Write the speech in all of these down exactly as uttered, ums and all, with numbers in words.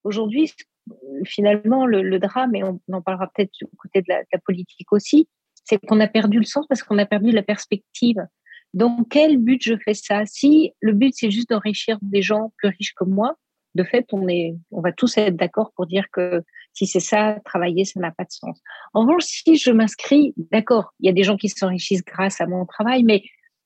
aujourd'hui, finalement, le, le drame, et on, on en parlera peut-être du côté de la, de la politique aussi, c'est qu'on a perdu le sens parce qu'on a perdu la perspective. Dans quel but je fais ça? Si le but, c'est juste d'enrichir des gens plus riches que moi, de fait, on, est, on va tous être d'accord pour dire que si c'est ça, travailler, ça n'a pas de sens. En revanche, si je m'inscris, d'accord, il y a des gens qui s'enrichissent grâce à mon travail, mais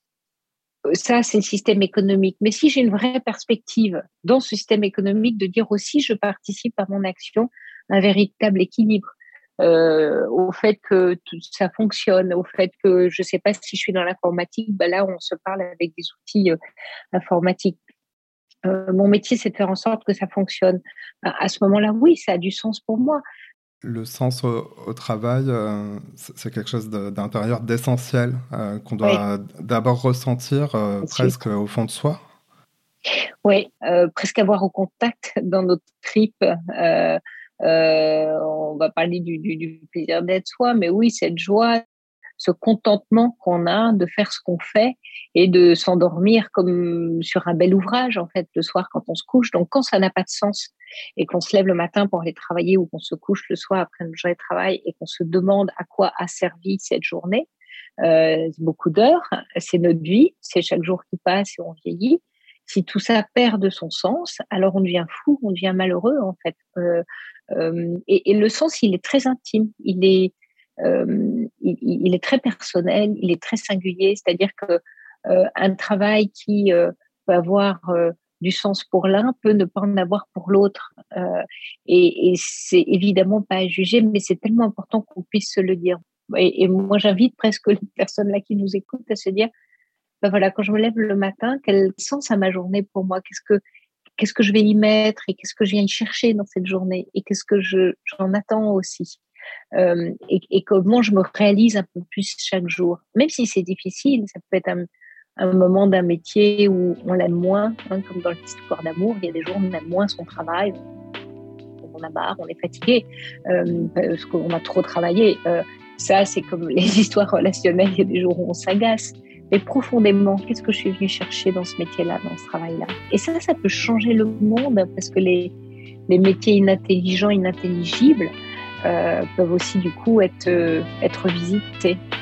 ça, c'est le système économique. Mais si j'ai une vraie perspective dans ce système économique, de dire aussi, je participe à mon action, à un véritable équilibre, euh, au fait que tout ça fonctionne, au fait que je ne sais pas si je suis dans l'informatique, ben là, on se parle avec des outils euh, informatiques. Euh, mon métier, c'est de faire en sorte que ça fonctionne. À, à ce moment-là, oui, ça a du sens pour moi. Le sens au, au travail, euh, c'est quelque chose de, d'intérieur, d'essentiel, euh, qu'on Oui, doit d'abord ressentir euh, ensuite. presque au fond de soi. Oui, euh, presque avoir au contact dans notre tripes. Euh, euh, on va parler du, du, du plaisir d'être soi, mais oui, cette joie, ce contentement qu'on a de faire ce qu'on fait et de s'endormir comme sur un bel ouvrage, en fait, le soir quand on se couche. Donc, quand ça n'a pas de sens et qu'on se lève le matin pour aller travailler ou qu'on se couche le soir après une journée de travail et qu'on se demande à quoi a servi cette journée, euh, beaucoup d'heures, c'est notre vie, c'est chaque jour qui passe et on vieillit. Si tout ça perd de son sens, alors on devient fou, on devient malheureux, en fait. Euh, euh, et, et le sens, il est très intime, il est, euh, il, il est très personnel, il est très singulier. C'est-à-dire que euh, un travail qui euh, peut avoir euh, du sens pour l'un peut ne pas en avoir pour l'autre. Euh, et, et c'est évidemment pas à juger, mais c'est tellement important qu'on puisse se le dire. Et, et moi, j'invite presque les personnes là qui nous écoutent à se dire, ben voilà, quand je me lève le matin, quel sens a ma journée pour moi? Qu'est-ce que qu'est-ce que je vais y mettre et qu'est-ce que je viens y chercher dans cette journée et qu'est-ce que je j'en attends aussi, euh, et, et comment je me réalise un peu plus chaque jour, même si c'est difficile. Ça peut être un, un moment d'un métier où on l'aime moins, hein, comme dans l'histoire d'amour, il y a des jours où on aime moins son travail, on a marre, on est fatigué euh, parce qu'on a trop travaillé. Euh, ça, c'est comme les histoires relationnelles, il y a des jours où on s'agace. Mais profondément, qu'est-ce que je suis venue chercher dans ce métier-là, dans ce travail-là? Et ça, ça peut changer le monde parce que les, les métiers inintelligents, inintelligibles euh, peuvent aussi du coup être, euh, être visités.